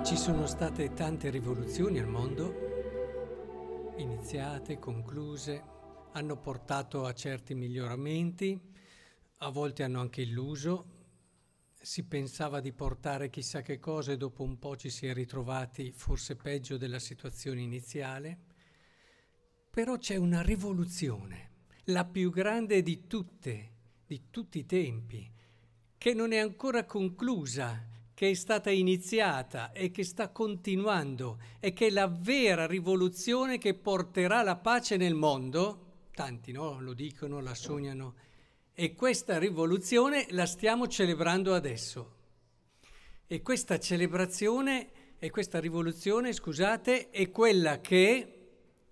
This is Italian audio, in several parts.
Ci sono state tante rivoluzioni al mondo, iniziate, concluse, hanno portato a certi miglioramenti, a volte hanno anche illuso. Si pensava di portare chissà che cosa e dopo un po' ci si è ritrovati forse peggio della situazione iniziale. Però c'è una rivoluzione, la più grande di tutte, di tutti i tempi, che non è ancora conclusa, che è stata iniziata e che sta continuando e che è la vera rivoluzione che porterà la pace nel mondo. Tanti, no? Lo dicono, la sognano. E questa rivoluzione la stiamo celebrando adesso. E questa celebrazione e questa rivoluzione, scusate, è quella che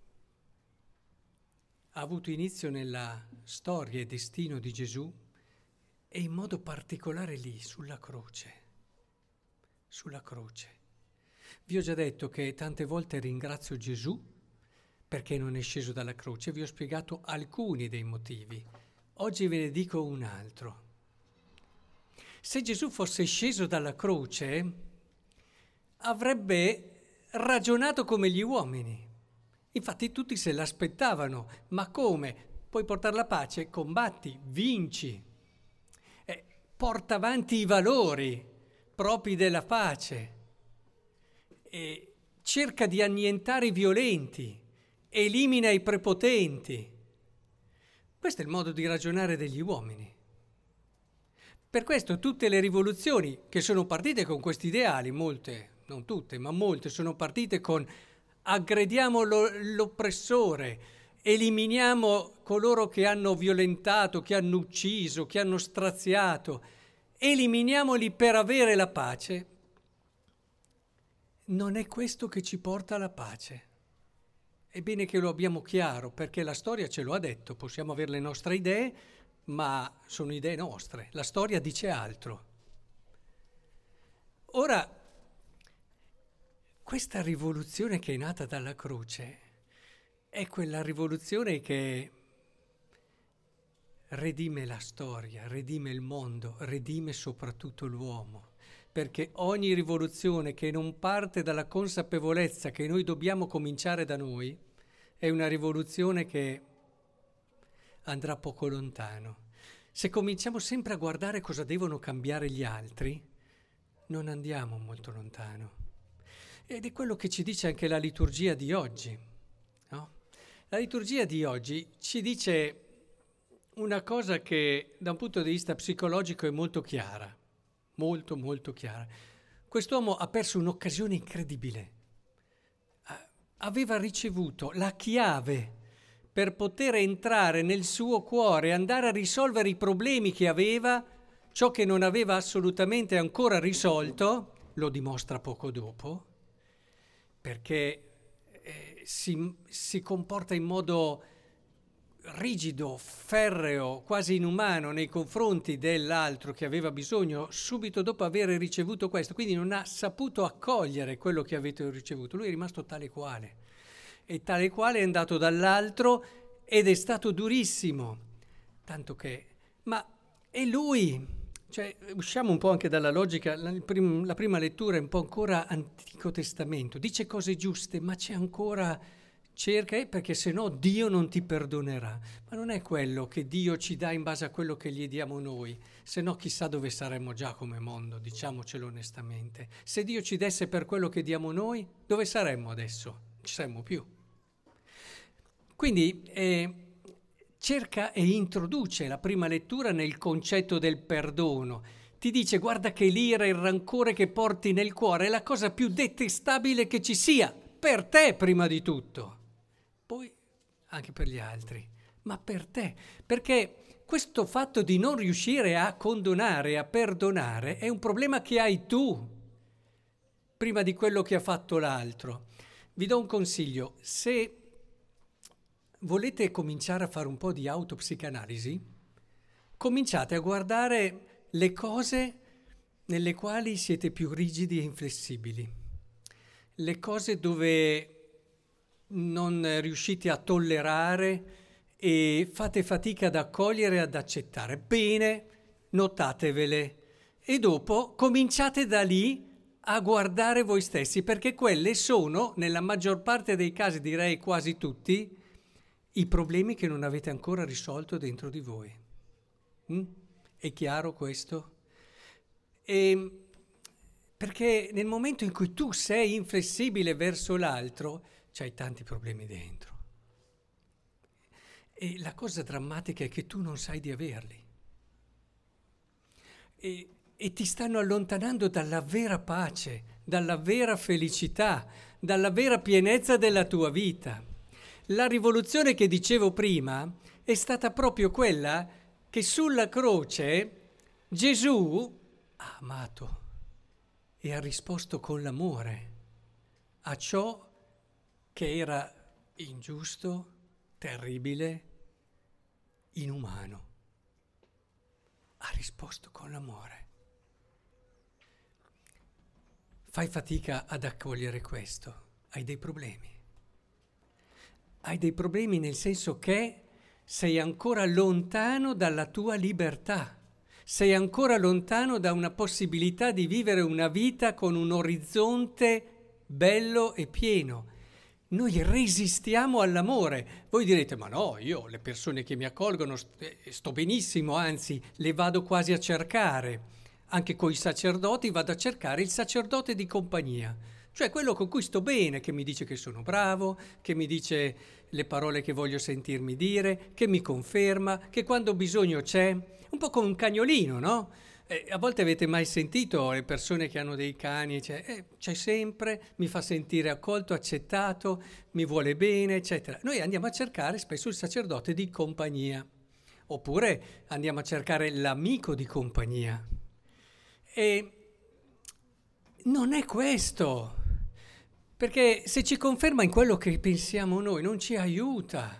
ha avuto inizio nella storia e destino di Gesù e in modo particolare lì, sulla croce. Sulla croce. Vi ho già detto che tante volte ringrazio Gesù perché non è sceso dalla croce, vi ho spiegato alcuni dei motivi. Oggi ve ne dico un altro. Se Gesù fosse sceso dalla croce, avrebbe ragionato come gli uomini. Infatti tutti se l'aspettavano. Ma come? Puoi portare la pace? Combatti, vinci. Porta avanti i valori propri della pace. E cerca di annientare i violenti. Elimina i prepotenti. Questo è il modo di ragionare degli uomini. Per questo tutte le rivoluzioni che sono partite con questi ideali, molte, non tutte, ma molte, sono partite con aggrediamo l'oppressore, eliminiamo coloro che hanno violentato, che hanno ucciso, che hanno straziato, eliminiamoli per avere la pace. Non è questo che ci porta alla pace. È bene che lo abbiamo chiaro, perché la storia ce lo ha detto, possiamo avere le nostre idee, ma sono idee nostre, la storia dice altro. Ora, questa rivoluzione che è nata dalla croce è quella rivoluzione che redime la storia, redime il mondo, redime soprattutto l'uomo. Perché ogni rivoluzione che non parte dalla consapevolezza che noi dobbiamo cominciare da noi è una rivoluzione che andrà poco lontano. Se cominciamo sempre a guardare cosa devono cambiare gli altri, non andiamo molto lontano. Ed è quello che ci dice anche la liturgia di oggi, no? La liturgia di oggi ci dice una cosa che da un punto di vista psicologico è molto chiara. Molto, molto chiara. Quest'uomo ha perso un'occasione incredibile. Aveva ricevuto la chiave per poter entrare nel suo cuore e andare a risolvere i problemi che aveva, ciò che non aveva assolutamente ancora risolto, lo dimostra poco dopo, perché si comporta in modo rigido, ferreo, quasi inumano nei confronti dell'altro che aveva bisogno subito dopo aver ricevuto questo, quindi non ha saputo accogliere quello che avete ricevuto. Lui è rimasto tale quale e tale quale è andato dall'altro ed è stato durissimo, tanto che, ma è lui, cioè usciamo un po' anche dalla logica, la prima lettura è un po' ancora Antico Testamento, dice cose giuste ma c'è ancora... Cerca, perché se no Dio non ti perdonerà. Ma non è quello che Dio ci dà in base a quello che gli diamo noi, se no chissà dove saremmo già come mondo, diciamocelo onestamente. Se Dio ci desse per quello che diamo noi, dove saremmo adesso? Non ci saremmo più. Quindi cerca e introduce la prima lettura nel concetto del perdono. Ti dice guarda che l'ira e il rancore che porti nel cuore è la cosa più detestabile che ci sia, per te prima di tutto. Poi anche per gli altri, ma per te, perché questo fatto di non riuscire a condonare, a perdonare, è un problema che hai tu, prima di quello che ha fatto l'altro. Vi do un consiglio, se volete cominciare a fare un po' di autopsicanalisi, cominciate a guardare le cose nelle quali siete più rigidi e inflessibili, le cose dove non riuscite a tollerare e fate fatica ad accogliere e ad accettare. Bene, notatevele e dopo cominciate da lì a guardare voi stessi, perché quelle sono, nella maggior parte dei casi, direi quasi tutti, i problemi che non avete ancora risolto dentro di voi. È chiaro questo? Perché nel momento in cui tu sei inflessibile verso l'altro, c'hai tanti problemi dentro. E la cosa drammatica è che tu non sai di averli. E ti stanno allontanando dalla vera pace, dalla vera felicità, dalla vera pienezza della tua vita. La rivoluzione che dicevo prima è stata proprio quella che sulla croce Gesù ha amato e ha risposto con l'amore a ciò che era ingiusto, terribile, inumano. Ha risposto con l'amore. Fai fatica ad accogliere questo, hai dei problemi. Hai dei problemi nel senso che sei ancora lontano dalla tua libertà, sei ancora lontano da una possibilità di vivere una vita con un orizzonte bello e pieno. Noi resistiamo all'amore. Voi direte, ma no, io le persone che mi accolgono sto benissimo, anzi le vado quasi a cercare. Anche coi sacerdoti vado a cercare il sacerdote di compagnia. Cioè quello con cui sto bene, che mi dice che sono bravo, che mi dice le parole che voglio sentirmi dire, che mi conferma, che quando bisogno c'è, un po' come un cagnolino, no? A volte avete mai sentito le persone che hanno dei cani, c'è sempre, mi fa sentire accolto, accettato, mi vuole bene, eccetera. Noi andiamo a cercare spesso il sacerdote di compagnia, oppure andiamo a cercare l'amico di compagnia. E non è questo. Perché se ci conferma in quello che pensiamo noi, non ci aiuta.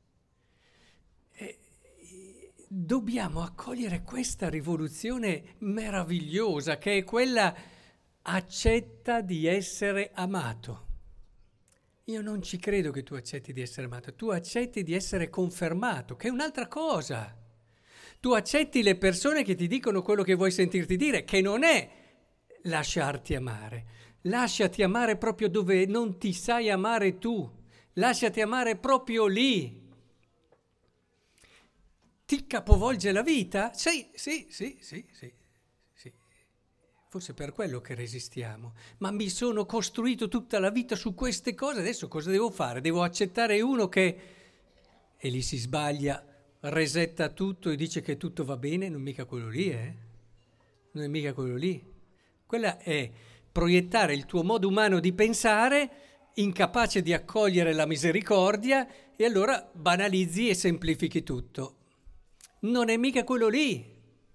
Dobbiamo accogliere questa rivoluzione meravigliosa, che è quella accetta di essere amato. Io non ci credo che tu accetti di essere amato, tu accetti di essere confermato, che è un'altra cosa. Tu accetti le persone che ti dicono quello che vuoi sentirti dire, che non è lasciarti amare. Lasciati amare proprio dove non ti sai amare tu. Lasciati amare proprio lì. Ti capovolge la vita? Sì. Forse per quello che resistiamo. Ma mi sono costruito tutta la vita su queste cose, adesso cosa devo fare? Devo accettare uno che... E lì si sbaglia, resetta tutto e dice che tutto va bene, non è mica quello lì, Non è mica quello lì. Quella è proiettare il tuo modo umano di pensare, incapace di accogliere la misericordia, e allora banalizzi e semplifichi tutto. Non è mica quello lì.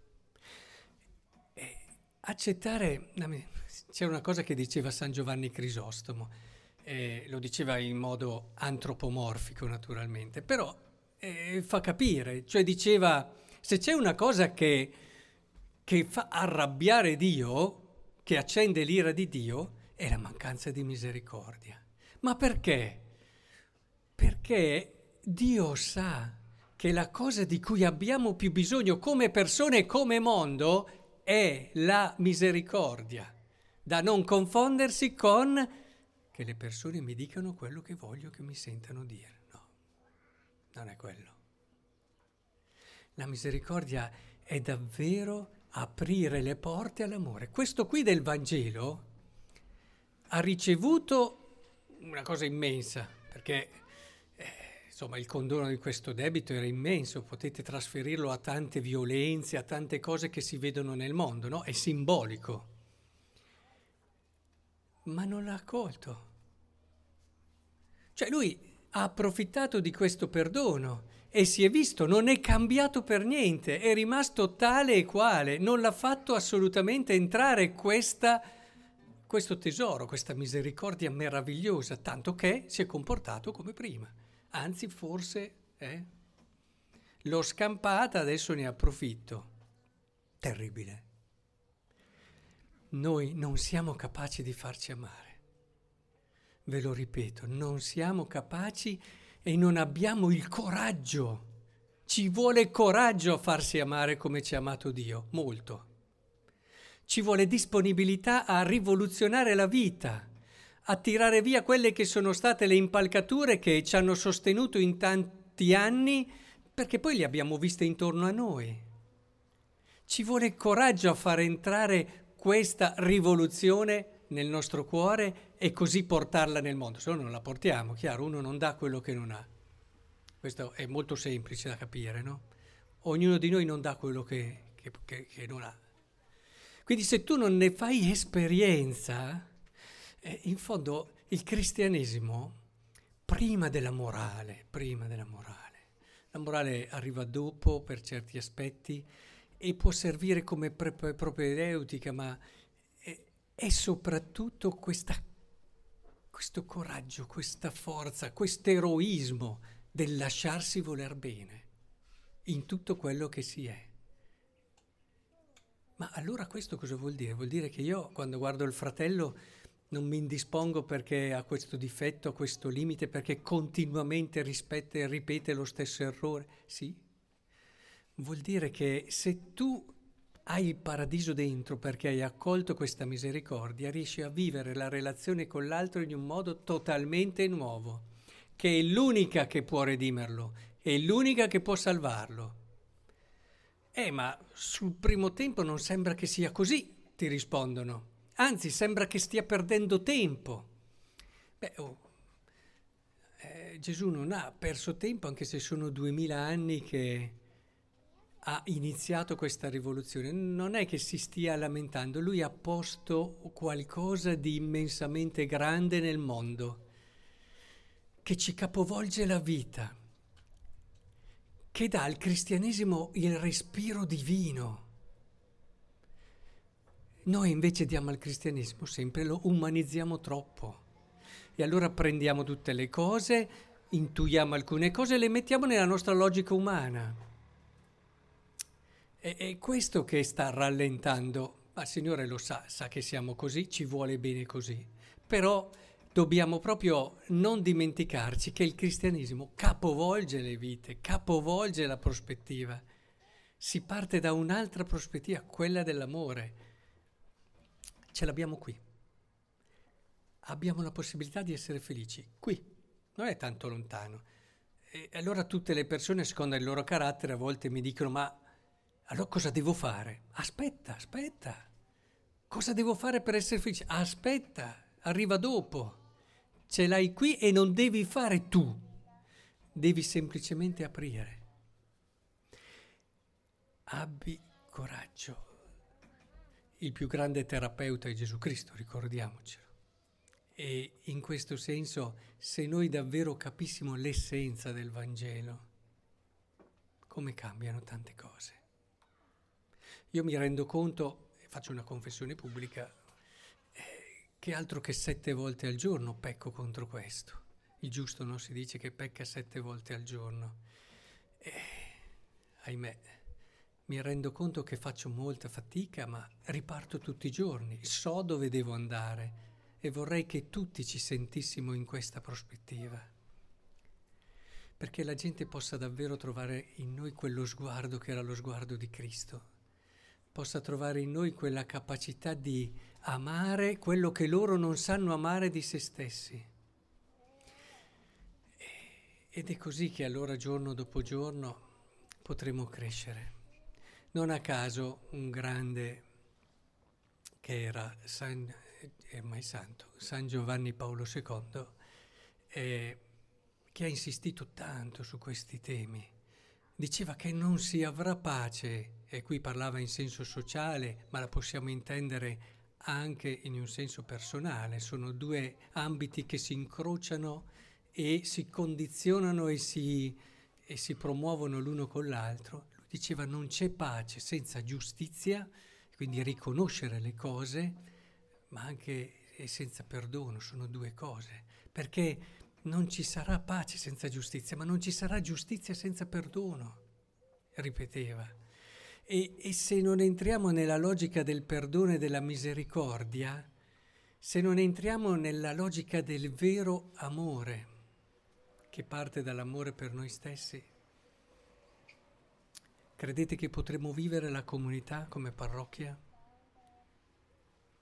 Accettare, c'è una cosa che diceva San Giovanni Crisostomo, lo diceva in modo antropomorfico naturalmente, però fa capire, cioè diceva, se c'è una cosa che fa arrabbiare Dio, che accende l'ira di Dio, è la mancanza di misericordia. Ma perché? Perché Dio sa che la cosa di cui abbiamo più bisogno come persone e come mondo è la misericordia, da non confondersi con che le persone mi dicano quello che voglio che mi sentano dire. No, non è quello. La misericordia è davvero aprire le porte all'amore. Questo qui del Vangelo ha ricevuto una cosa immensa, perché insomma il condono di questo debito era immenso, potete trasferirlo a tante violenze, a tante cose che si vedono nel mondo, no? È simbolico. Ma non l'ha accolto. Cioè lui ha approfittato di questo perdono e si è visto, non è cambiato per niente, è rimasto tale e quale, non l'ha fatto assolutamente entrare questo tesoro, questa misericordia meravigliosa, tanto che si è comportato come prima. Anzi, forse l'ho scampata, adesso ne approfitto. Terribile. Noi non siamo capaci di farci amare. Ve lo ripeto, non siamo capaci e non abbiamo il coraggio. Ci vuole coraggio a farsi amare come ci ha amato Dio, molto. Ci vuole disponibilità a rivoluzionare la vita, a tirare via quelle che sono state le impalcature che ci hanno sostenuto in tanti anni, perché poi le abbiamo viste intorno a noi. Ci vuole coraggio a far entrare questa rivoluzione nel nostro cuore e così portarla nel mondo. Se no non la portiamo, chiaro, uno non dà quello che non ha. Questo è molto semplice da capire, no? Ognuno di noi non dà quello che non ha. Quindi se tu non ne fai esperienza, in fondo il cristianesimo, prima della morale, la morale arriva dopo per certi aspetti e può servire come propedeutica, ma è soprattutto questo coraggio, questa forza, questo eroismo del lasciarsi voler bene in tutto quello che si è. Ma allora questo cosa vuol dire? Vuol dire che io quando guardo il fratello non mi indispongo perché ha questo difetto, questo limite, perché continuamente rispetta e ripete lo stesso errore. Sì, vuol dire che se tu hai il paradiso dentro perché hai accolto questa misericordia, riesci a vivere la relazione con l'altro in un modo totalmente nuovo, che è l'unica che può redimerlo, è l'unica che può salvarlo. Ma sul primo tempo non sembra che sia così, ti rispondono. Anzi, sembra che stia perdendo tempo. Gesù non ha perso tempo, anche se sono 2000 anni che ha iniziato questa rivoluzione. Non è che si stia lamentando, lui ha posto qualcosa di immensamente grande nel mondo, che ci capovolge la vita, che dà al cristianesimo il respiro divino. Noi invece diamo al cristianesimo sempre, lo umanizziamo troppo. E allora prendiamo tutte le cose, intuiamo alcune cose e le mettiamo nella nostra logica umana. È questo che sta rallentando. Ma il Signore lo sa che siamo così, ci vuole bene così. Però dobbiamo proprio non dimenticarci che il cristianesimo capovolge le vite, capovolge la prospettiva. Si parte da un'altra prospettiva, quella dell'amore. Ce l'abbiamo qui. Abbiamo la possibilità di essere felici qui, non è tanto lontano. E allora tutte le persone, secondo il loro carattere, a volte mi dicono: ma allora cosa devo fare? Aspetta, cosa devo fare per essere felice? Aspetta, arriva dopo. Ce l'hai qui e non devi fare tu, devi semplicemente aprire. Abbi coraggio. Il più grande terapeuta è Gesù Cristo, ricordiamocelo. E in questo senso, se noi davvero capissimo l'essenza del Vangelo, come cambiano tante cose. Io mi rendo conto, e faccio una confessione pubblica, che altro che 7 volte al giorno pecco contro questo. Il giusto non si dice che pecca 7 volte al giorno. Ahimè, mi rendo conto che faccio molta fatica, ma riparto tutti i giorni, so dove devo andare. E vorrei che tutti ci sentissimo in questa prospettiva, perché la gente possa davvero trovare in noi quello sguardo che era lo sguardo di Cristo, possa trovare in noi quella capacità di amare quello che loro non sanno amare di se stessi. Ed è così che allora giorno dopo giorno potremo crescere. Non a caso un grande che era ormai santo, San Giovanni Paolo II, che ha insistito tanto su questi temi, diceva che non si avrà pace, e qui parlava in senso sociale, ma la possiamo intendere anche in un senso personale, sono due ambiti che si incrociano e si condizionano e si promuovono l'uno con l'altro. Lui diceva: non c'è pace senza giustizia, quindi riconoscere le cose, ma anche senza perdono, sono due cose, perché non ci sarà pace senza giustizia, ma non ci sarà giustizia senza perdono, ripeteva. E se non entriamo nella logica del perdono e della misericordia, se non entriamo nella logica del vero amore, che parte dall'amore per noi stessi, credete che potremo vivere la comunità come parrocchia?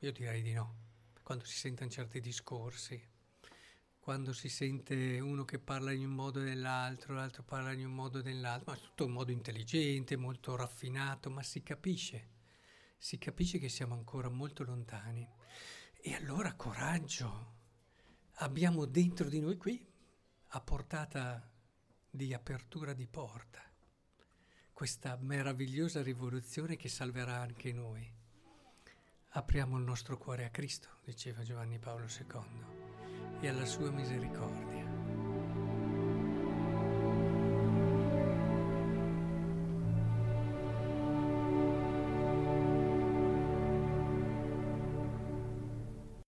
Io direi di no. Quando si sentono certi discorsi, quando si sente uno che parla in un modo e nell'altro, l'altro parla in un modo e nell'altro, ma tutto in modo intelligente, molto raffinato, ma si capisce che siamo ancora molto lontani. E allora coraggio, abbiamo dentro di noi qui, a portata di apertura di porta, questa meravigliosa rivoluzione che salverà anche noi. Apriamo il nostro cuore a Cristo, diceva Giovanni Paolo II, e alla sua misericordia.